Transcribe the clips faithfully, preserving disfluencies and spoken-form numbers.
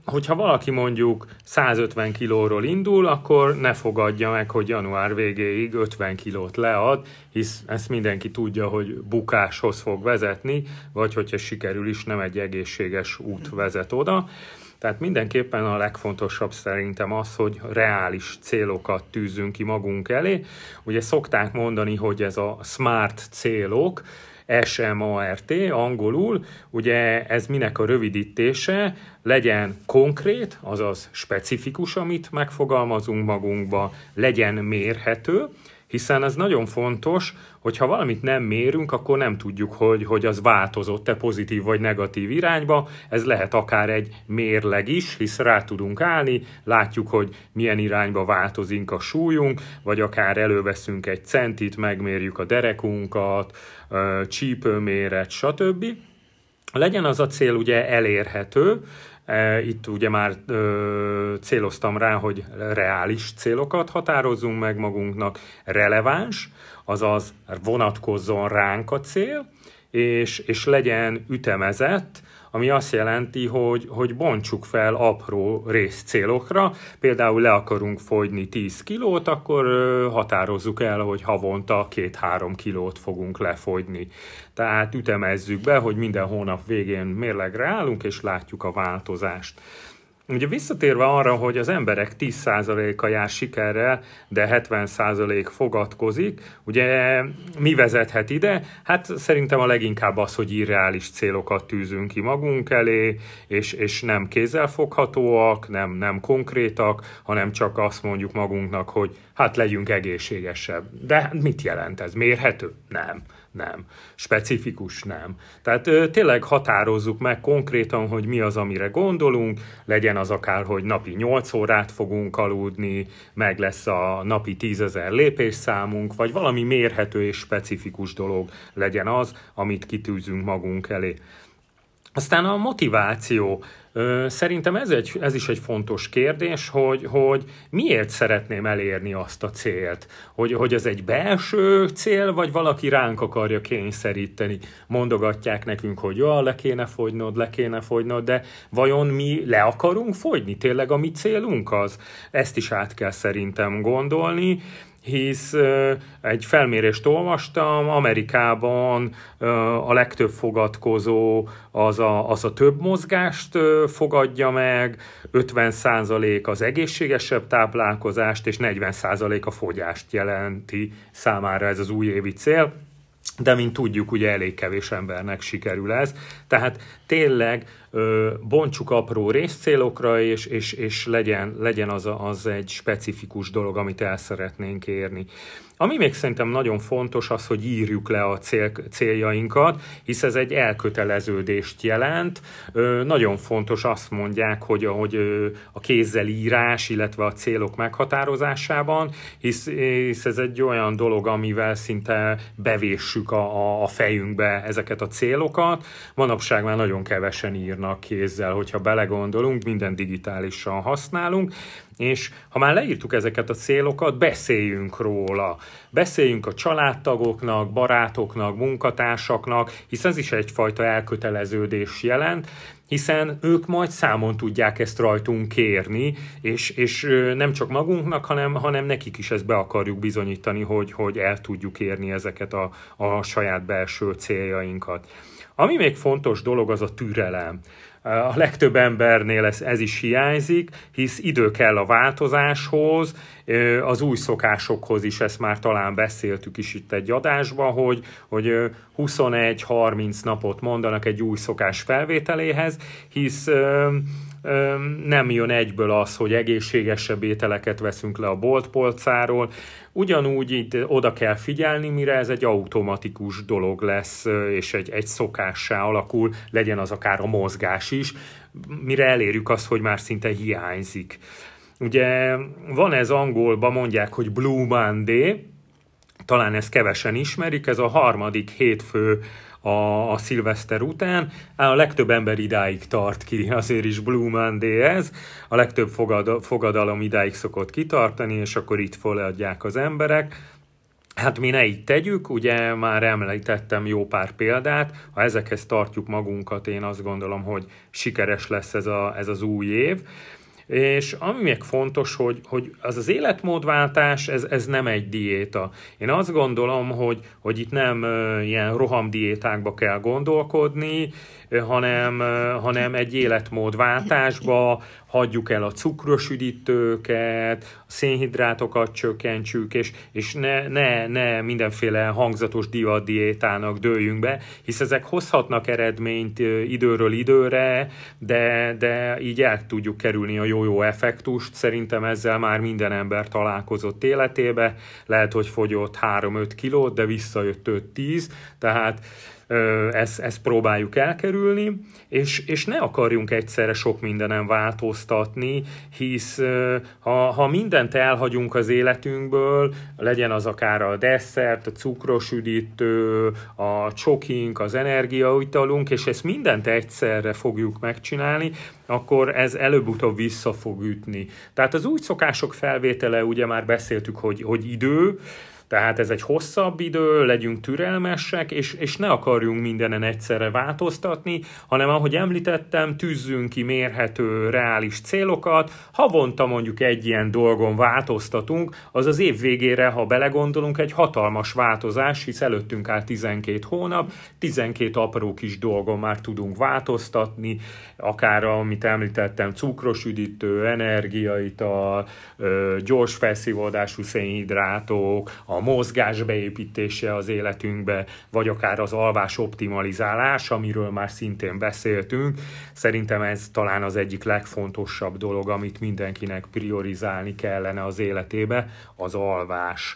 hogyha valaki mondjuk százötven kilóról indul, akkor ne fogadja meg, hogy január végéig ötven kilót lead, hisz ezt mindenki tudja, hogy bukáshoz fog vezetni, vagy hogyha sikerül is, nem egy egészséges út vezet oda. Tehát mindenképpen a legfontosabb szerintem az, hogy reális célokat tűzzünk ki magunk elé. Ugye szokták mondani, hogy ez a SMART célok, S M A R T angolul, ugye ez minek a rövidítése, legyen konkrét, azaz specifikus, amit megfogalmazunk magunkba, legyen mérhető, hiszen ez nagyon fontos, hogyha valamit nem mérünk, akkor nem tudjuk, hogy, hogy az változott-e pozitív vagy negatív irányba. Ez lehet akár egy mérleg is, hisz rá tudunk állni, látjuk, hogy milyen irányba változik a súlyunk, vagy akár előveszünk egy centit, megmérjük a derekunkat, csípőméret, stb. Legyen az a cél ugye elérhető. Itt ugye már ö, céloztam rá, hogy reális célokat határozzunk meg magunknak, releváns, azaz vonatkozzon ránk a cél, és, és legyen ütemezett, ami azt jelenti, hogy, hogy bontsuk fel apró részcélokra. Például le akarunk fogyni tíz kilót, akkor ö, határozzuk el, hogy havonta két-három kilót fogunk lefogyni. Tehát ütemezzük be, hogy minden hónap végén mérlegre állunk, és látjuk a változást. Ugye visszatérve arra, hogy az emberek tíz százaléka jár sikerrel, de hetven százalék fogadkozik, ugye mi vezethet ide? Hát szerintem a leginkább az, hogy irreális célokat tűzünk ki magunk elé, és, és nem kézzelfoghatóak, nem, nem konkrétak, hanem csak azt mondjuk magunknak, hogy hát legyünk egészségesebb. De mit jelent ez? Mérhető? Nem. Nem. Specifikus? Nem. Tehát ö, tényleg határozzuk meg konkrétan, hogy mi az, amire gondolunk, legyen az akár, hogy napi nyolc órát fogunk aludni, meg lesz a napi tízezer lépésszámunk, vagy valami mérhető és specifikus dolog legyen az, amit kitűzünk magunk elé. Aztán a motiváció. Szerintem ez, egy, ez is egy fontos kérdés, hogy, hogy miért szeretném elérni azt a célt. Hogy, hogy ez egy belső cél, vagy valaki ránk akarja kényszeríteni. Mondogatják nekünk, hogy jó, le kéne fogynod, le kéne fogynod, de vajon mi le akarunk fogyni? Tényleg a mi célunk az? Ezt is át kell szerintem gondolni. Hisz uh, egy felmérést olvastam, Amerikában uh, a legtöbb fogadkozó az a, az a több mozgást uh, fogadja meg, ötven százalék az egészségesebb táplálkozást, és negyven százalék a fogyást jelenti számára ez az újévi cél. De mint tudjuk, ugye elég kevés embernek sikerül ez. Tehát tényleg ö, bontsuk apró részcélokra, és, és, és legyen, legyen az, az egy specifikus dolog, amit el szeretnénk érni. Ami még szerintem nagyon fontos az, hogy írjuk le a cél, céljainkat, hisz ez egy elköteleződést jelent. Ö, nagyon fontos, azt mondják, hogy, hogy ö, a kézzel írás, illetve a célok meghatározásában, hisz, hisz ez egy olyan dolog, amivel szinte bevéssük a, a fejünkbe ezeket a célokat. Manapság már nagyon kevesen írnak kézzel, hogyha belegondolunk, minden digitálisan használunk, és ha már leírtuk ezeket a célokat, beszéljünk róla. Beszéljünk a családtagoknak, barátoknak, munkatársaknak, hisz ez is egyfajta elköteleződés jelent, hiszen ők majd számon tudják ezt rajtunk kérni, és, és nem csak magunknak, hanem, hanem nekik is ezt be akarjuk bizonyítani, hogy, hogy el tudjuk érni ezeket a, a saját belső céljainkat. Ami még fontos dolog, az a türelem. A legtöbb embernél ez, ez is hiányzik, hisz idő kell a változáshoz, az új szokásokhoz is, ezt már talán beszéltük is itt egy adásban, hogy, hogy huszonegy-harminc napot mondanak egy új szokás felvételéhez, hisz nem jön egyből az, hogy egészségesebb ételeket veszünk le a boltpolcáról. Ugyanúgy itt oda kell figyelni, mire ez egy automatikus dolog lesz, és egy, egy szokássá alakul, legyen az akár a mozgás is, mire elérjük azt, hogy már szinte hiányzik. Ugye van ez angolban, mondják, hogy Blue Monday, talán ezt kevesen ismerik, ez a harmadik hétfő a, a szilveszter után. A legtöbb ember idáig tart ki, azért is Blue Monday ez. A legtöbb fogad, fogadalom idáig szokott kitartani, és akkor itt feladják az emberek. Hát mi ne így tegyük, ugye már említettem jó pár példát, ha ezekhez tartjuk magunkat, én azt gondolom, hogy sikeres lesz ez, a, ez az új év. És ami még fontos, hogy, hogy az az életmódváltás, ez, ez nem egy diéta. Én azt gondolom, hogy, hogy itt nem uh, ilyen rohamdiétákba kell gondolkodni, uh, hanem, uh, hanem egy életmódváltásba hagyjuk el a cukros üdítőket, a szénhidrátokat csökkentsük, és, és ne, ne, ne mindenféle hangzatos divatdiétának dőljünk be, hisz ezek hozhatnak eredményt uh, időről időre, de, de így el tudjuk kerülni a jó-jó effektust. Szerintem ezzel már minden ember találkozott életébe. Lehet, hogy fogyott három-öt kilót, de visszajött öt-tíz, tehát ezt, ezt próbáljuk elkerülni, és, és ne akarjunk egyszerre sok mindenen változtatni, hisz ha, ha mindent elhagyunk az életünkből, legyen az akár a desszert, a cukros üdítő, a csokink, az energiaitalunk, és ezt mindent egyszerre fogjuk megcsinálni, akkor ez előbb-utóbb vissza fog ütni. Tehát az új szokások felvétele, ugye már beszéltük, hogy, hogy idő, tehát ez egy hosszabb idő, legyünk türelmesek, és, és ne akarjunk mindenen egyszerre változtatni, hanem ahogy említettem, tűzzünk ki mérhető, reális célokat. Havonta mondjuk egy ilyen dolgon változtatunk, az az év végére, ha belegondolunk, egy hatalmas változás, hisz előttünk áll tizenkét hónap, tizenkét apró kis dolgon már tudunk változtatni, akár amit említettem, cukros üdítő, energiaital, gyors felszívódású szénhidrátok, a mozgás beépítése az életünkbe, vagy akár az alvás optimalizálás, amiről már szintén beszéltünk. Szerintem ez talán az egyik legfontosabb dolog, amit mindenkinek priorizálni kellene az életébe, az alvás.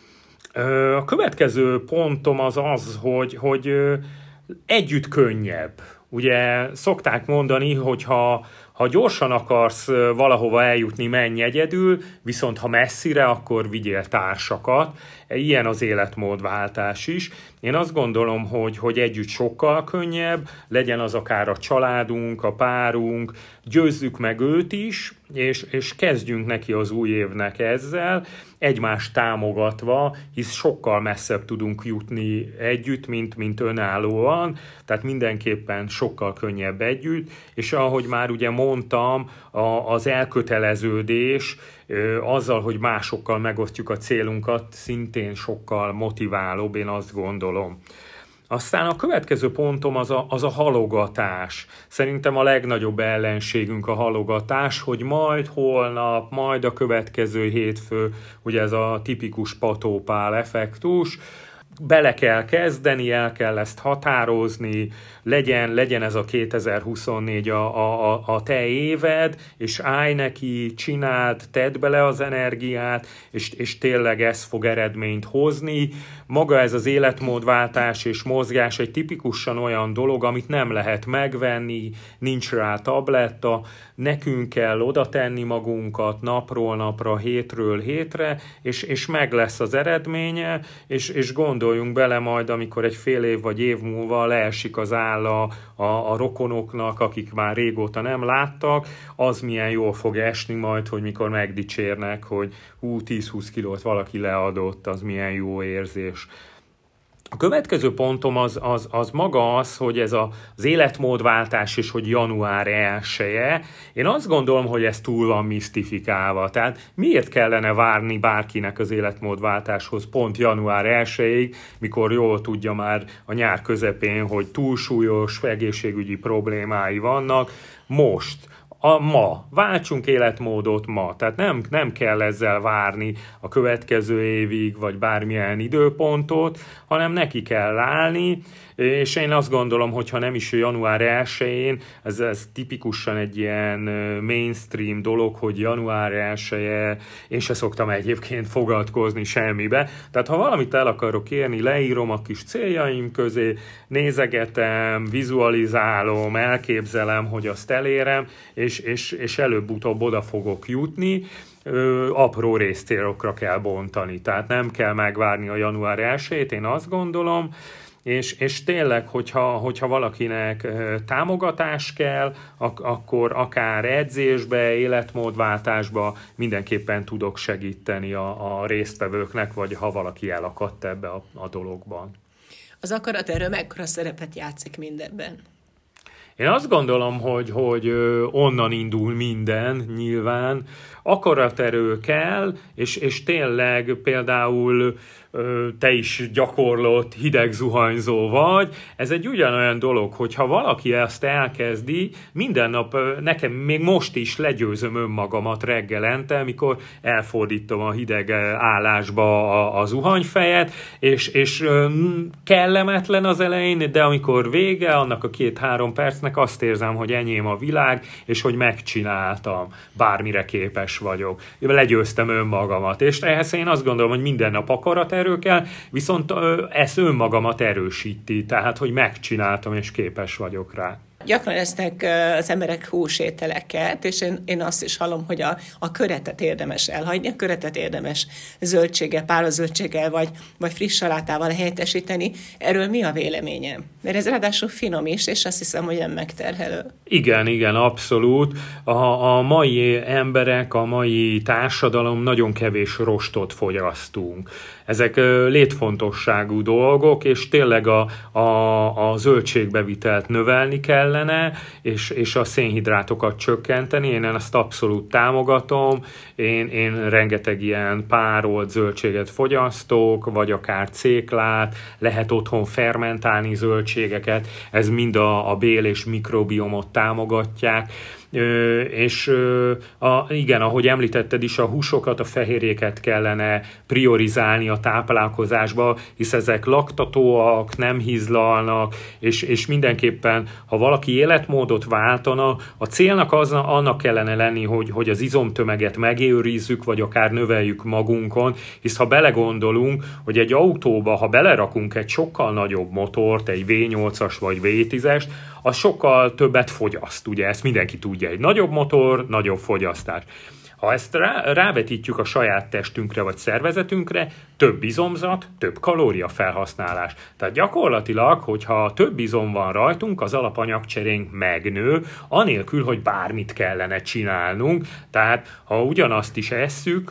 A következő pontom az az, hogy, hogy együtt könnyebb. Ugye szokták mondani, hogy ha, ha gyorsan akarsz valahova eljutni, menj egyedül, viszont ha messzire, akkor vigyél társakat. Ilyen az életmódváltás is. Én azt gondolom, hogy, hogy együtt sokkal könnyebb, legyen az akár a családunk, a párunk, győzzük meg őt is, és, és kezdjünk neki az új évnek ezzel, egymást támogatva, hisz sokkal messzebb tudunk jutni együtt, mint, mint önállóan, tehát mindenképpen sokkal könnyebb együtt, és ahogy már ugye mondtam, a, az elköteleződés, azzal, hogy másokkal megosztjuk a célunkat, szintén sokkal motiválóbb, én azt gondolom. Aztán a következő pontom az a, az a halogatás. Szerintem a legnagyobb ellenségünk a halogatás, hogy majd holnap, majd a következő hétfő, ugye ez a tipikus patópál effektus, bele kell kezdeni, el kell ezt határozni, legyen, legyen ez a kétezer-huszonnégy a, a, a te éved, és állj neki, csináld, tedd bele az energiát, és, és tényleg ez fog eredményt hozni. Maga ez az életmódváltás és mozgás egy tipikusan olyan dolog, amit nem lehet megvenni, nincs rá tabletta, nekünk kell oda tenni magunkat napról napra, hétről hétre, és, és meg lesz az eredménye, és, és gondoljunk bele majd, amikor egy fél év vagy év múlva leesik az álla a, a rokonoknak, akik már régóta nem láttak, az milyen jól fog esni majd, hogy mikor megdicsérnek, hogy hú, tíz-húsz kilót valaki leadott, az milyen jó érzés. A következő pontom az, az, az maga az, hogy ez a, az életmódváltás és hogy január elseje. Én azt gondolom, hogy ez túl van misztifikálva. Tehát miért kellene várni bárkinek az életmódváltáshoz pont január elsejéig, mikor jól tudja már a nyár közepén, hogy túlsúlyos egészségügyi problémái vannak. Most, a ma, váltsunk életmódot ma, tehát nem, nem kell ezzel várni a következő évig, vagy bármilyen időpontot, hanem neki kell állni, és én azt gondolom, hogy ha nem is január elsején, ez, ez tipikusan egy ilyen mainstream dolog, hogy január elseje, én se szoktam egyébként fogadkozni semmibe, tehát ha valamit el akarok érni, leírom a kis céljaim közé, nézegetem, vizualizálom, elképzelem, hogy azt elérem, és, és, és előbb-utóbb oda fogok jutni, Ö, apró részcélokra kell bontani, tehát nem kell megvárni a január elsejét, én azt gondolom, és, és tényleg, hogyha, hogyha valakinek támogatás kell, ak- akkor akár edzésbe, életmódváltásba mindenképpen tudok segíteni a, a résztvevőknek, vagy ha valaki elakadt ebbe a, a dologban. Az akaraterő mekkora szerepet játszik mindenben? Én azt gondolom, hogy, hogy onnan indul minden nyilván. Akaraterő kell, és, és tényleg például te is gyakorlott hideg zuhanyzó vagy. Ez egy ugyanolyan dolog, hogyha valaki ezt elkezdi, minden nap, nekem még most is legyőzöm önmagamat reggelente, amikor elfordítom a hideg állásba a, a zuhanyfejet, és, és kellemetlen az elején, de amikor vége, annak a két-három percnek azt érzem, hogy enyém a világ, és hogy megcsináltam, bármire képes vagyok. Legyőztem önmagamat, és ehhez én azt gondolom, hogy minden nap akaraterő kell, viszont ez önmagamat erősíti, tehát, hogy megcsináltam, és képes vagyok rá. Gyakran esznek az emberek húsételeket, és én, én azt is hallom, hogy a, a köretet érdemes elhagyni, a köretet érdemes zöldséggel, párazöldséggel, vagy, vagy friss salátával helyettesíteni. Erről mi a véleményem? Mert ez ráadásul finom is, és azt hiszem, hogy nem megterhelő. Igen, igen, abszolút. A, a mai emberek, a mai társadalom nagyon kevés rostot fogyasztunk. Ezek létfontosságú dolgok, és tényleg a, a, a zöldségbevitelt növelni kellene, és, és a szénhidrátokat csökkenteni. Én ezt abszolút támogatom. Én, én rengeteg ilyen párolt zöldséget fogyasztok, vagy akár céklát, lehet otthon fermentálni zöldségeket, ez mind a, a bél- és mikrobiomot támogatják. Ö, és ö, a, igen, ahogy említetted is, a húsokat, a fehérjéket kellene priorizálni a táplálkozásba, hisz ezek laktatóak, nem hízlalnak, és, és mindenképpen, ha valaki életmódot váltana, a célnak az, annak kellene lenni, hogy, hogy az izomtömeget megőrizzük, vagy akár növeljük magunkon, hisz ha belegondolunk, hogy egy autóba, ha belerakunk egy sokkal nagyobb motort, egy vé nyolcas vagy vé tízest, az sokkal többet fogyaszt, ugye ezt mindenki tudja, egy nagyobb motor, nagyobb fogyasztás. Ha ezt rá, rávetítjük a saját testünkre vagy szervezetünkre, több izomzat, több kalóriafelhasználás. Tehát gyakorlatilag, hogyha több izom van rajtunk, az alapanyagcserénk megnő, anélkül, hogy bármit kellene csinálnunk. Tehát ha ugyanazt is esszük,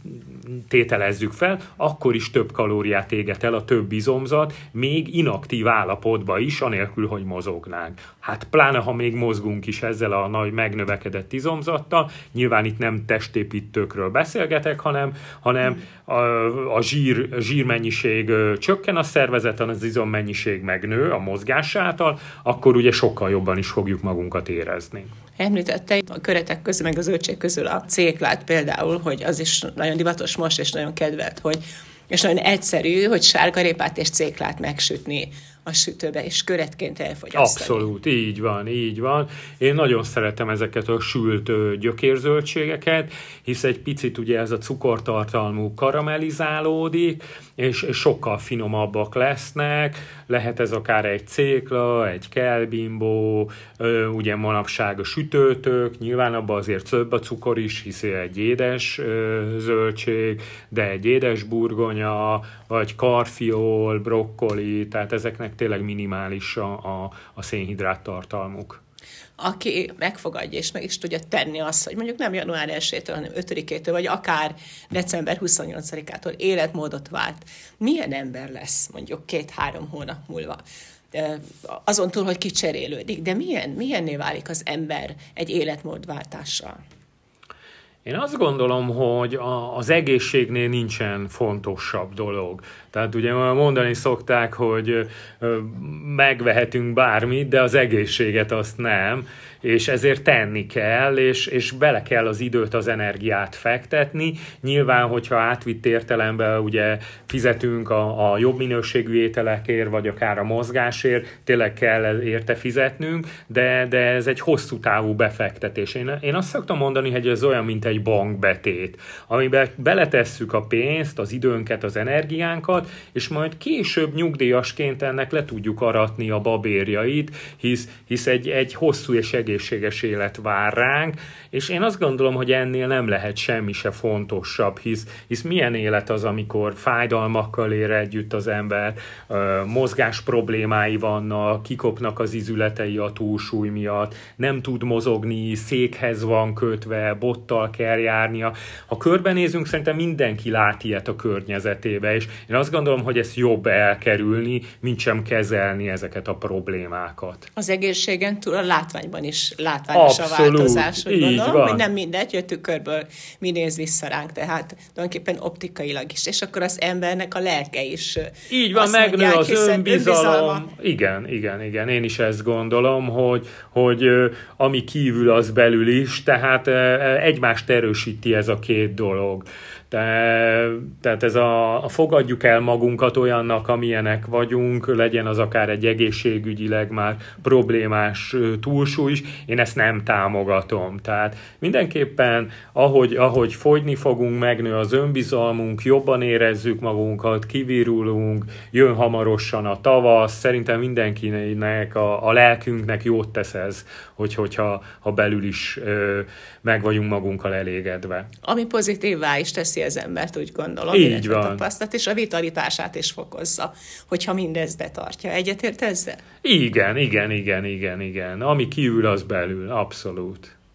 tételezzük fel, akkor is több kalóriát éget el a több izomzat, még inaktív állapotban is, anélkül, hogy mozognánk. Hát pláne, ha még mozgunk is ezzel a nagy megnövekedett izomzattal, nyilván itt nem testépítőkről beszélgetek, hanem, hanem a, a zsír, zsírmennyiség csökken a szervezeten, az izommennyiség megnő a mozgás által, akkor ugye sokkal jobban is fogjuk magunkat érezni. Említette a köretek közül, meg a zöldség közül a céklát például, hogy az is nagyon divatos most, és nagyon kedvelt, hogy, és nagyon egyszerű, hogy sárgarépát és céklát megsütni a sütőbe, és köretként elfogyasztani. Abszolút, így van, így van. Én nagyon szeretem ezeket a sült gyökérzöldségeket, hisz egy picit ugye ez a cukortartalmú karamellizálódik, és, és sokkal finomabbak lesznek. Lehet ez akár egy cékla, egy kelbimbó, ugye manapság a sütőtök, nyilván abban azért több a cukor is, hisz egy édes zöldség, de egy édes burgonya, vagy karfiol, brokkoli, tehát ezeknek tényleg minimális a, a, a szénhidrát tartalmuk. Aki megfogadja és meg is tudja tenni azt, hogy mondjuk nem január elsejétől, hanem ötödikétől, vagy akár december huszonnyolcadikától életmódot vált, milyen ember lesz mondjuk két-három hónap múlva? Azon túl, hogy kicserélődik, de milyen, milyenné válik az ember egy életmódváltással? Én azt gondolom, hogy az egészségnél nincsen fontosabb dolog. Tehát ugye mondani szokták, hogy megvehetünk bármit, de az egészséget azt nem, és ezért tenni kell, és, és bele kell az időt, az energiát fektetni. Nyilván, hogyha átvitt értelemben ugye fizetünk a, a jobb minőségű ételekért, vagy akár a mozgásért, tényleg kell érte fizetnünk, de, de ez egy hosszú távú befektetés. Én, én azt szoktam mondani, hogy ez olyan, mint egy egy bankbetét, amiben beletesszük a pénzt, az időnket, az energiánkat, és majd később nyugdíjasként ennek le tudjuk aratni a babérjait, hisz, hisz egy, egy hosszú és egészséges élet vár ránk, és én azt gondolom, hogy ennél nem lehet semmi se fontosabb, hisz, hisz milyen élet az, amikor fájdalmakkal ér együtt az ember, mozgás problémái vannak, kikopnak az izületei a túlsúly miatt, nem tud mozogni, székhez van kötve, bottal kell járnia. Ha körbenézünk, szerintem mindenki lát ilyet a környezetébe, és én azt gondolom, hogy ezt jobb elkerülni, mint sem kezelni ezeket a problémákat. Az egészségen túl a látványban is látványos a változás, hogy gondolom, van. Hogy nem mindegy, hogy tükörből mi néz vissza ránk, tehát tulajdonképpen optikailag is, és akkor az embernek a lelke is. Így van, megnő az önbizalom. Igen, igen, igen, én is ezt gondolom, hogy, hogy ami kívül, az belül is, tehát egymást erősíti ez a két dolog. Te, tehát ez a, a fogadjuk el magunkat olyannak, amilyenek vagyunk, legyen az akár egy egészségügyileg már problémás túlsúly is, én ezt nem támogatom. Tehát mindenképpen, ahogy, ahogy fogyni fogunk, megnő az önbizalmunk, jobban érezzük magunkat, kivirulunk, jön hamarosan a tavasz, szerintem mindenkinek, a, a lelkünknek jót tesz ez, hogy, hogyha ha belül is ö, meg vagyunk magunkkal elégedve. Ami pozitívvá is teszi az embert, úgy gondolom, így van. Tapasztalat, és a vitalitását is fokozza, hogyha mindezt betartja. Egyetért ezzel? Igen, igen, igen, igen, igen. Ami kívül, az belül, abszolút.